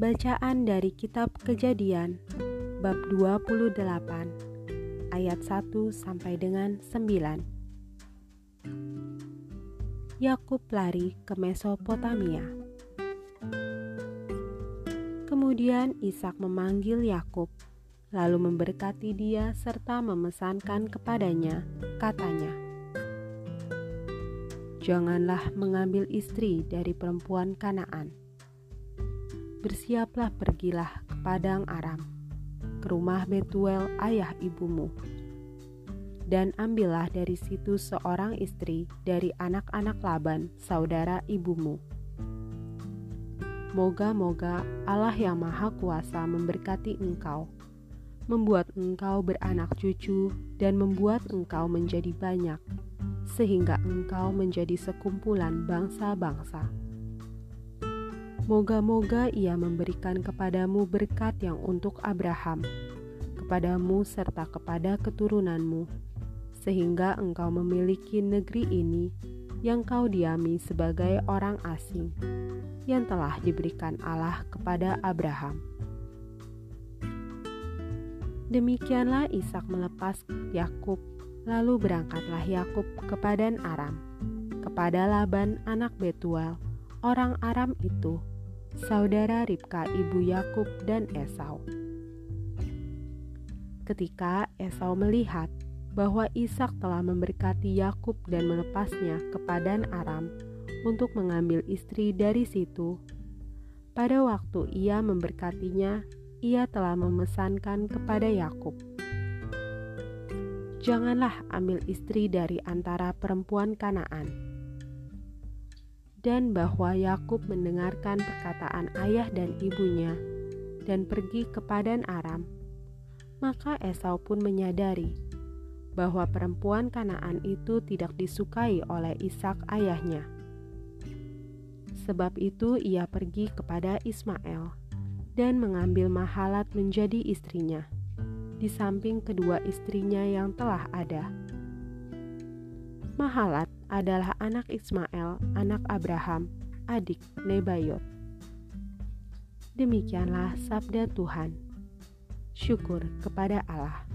Bacaan dari Kitab Kejadian bab 28 ayat 1 sampai dengan 9. Yakub lari ke Mesopotamia. Kemudian Ishak memanggil Yakub, lalu memberkati dia serta memesankan kepadanya, katanya, "Janganlah mengambil istri dari perempuan Kanaan. Bersiaplah, pergilah ke padang Aram, ke rumah Betuel ayah ibumu, dan ambillah dari situ seorang istri dari anak-anak Laban saudara ibumu. Moga-moga Allah yang Maha Kuasa memberkati engkau, membuat engkau beranak cucu dan membuat engkau menjadi banyak, sehingga engkau menjadi sekumpulan bangsa-bangsa. Moga-moga Ia memberikan kepadamu berkat yang untuk Abraham, kepadamu serta kepada keturunanmu, sehingga engkau memiliki negeri ini yang kau diami sebagai orang asing, yang telah diberikan Allah kepada Abraham." Demikianlah Ishak melepas Yakub, lalu berangkatlah Yakub ke Padan Aram, kepada Laban anak Betuel, orang Aram itu, saudara Ribka ibu Yakub dan Esau. Ketika Esau melihat bahwa Ishak telah memberkati Yakub dan melepasnya ke Padan Aram untuk mengambil istri dari situ, pada waktu ia memberkatinya, ia telah memesankan kepada Yakub, "Janganlah ambil istri dari antara perempuan Kanaan." Dan bahwa Yakub mendengarkan perkataan ayah dan ibunya dan pergi ke Padan Aram, maka Esau pun menyadari bahwa perempuan Kanaan itu tidak disukai oleh Ishak ayahnya. Sebab itu ia pergi kepada Ismael dan mengambil Mahalat menjadi istrinya, di samping kedua istrinya yang telah ada. Mahalat adalah anak Ismael, anak Abraham, adik Nebayot. Demikianlah sabda Tuhan. Syukur kepada Allah.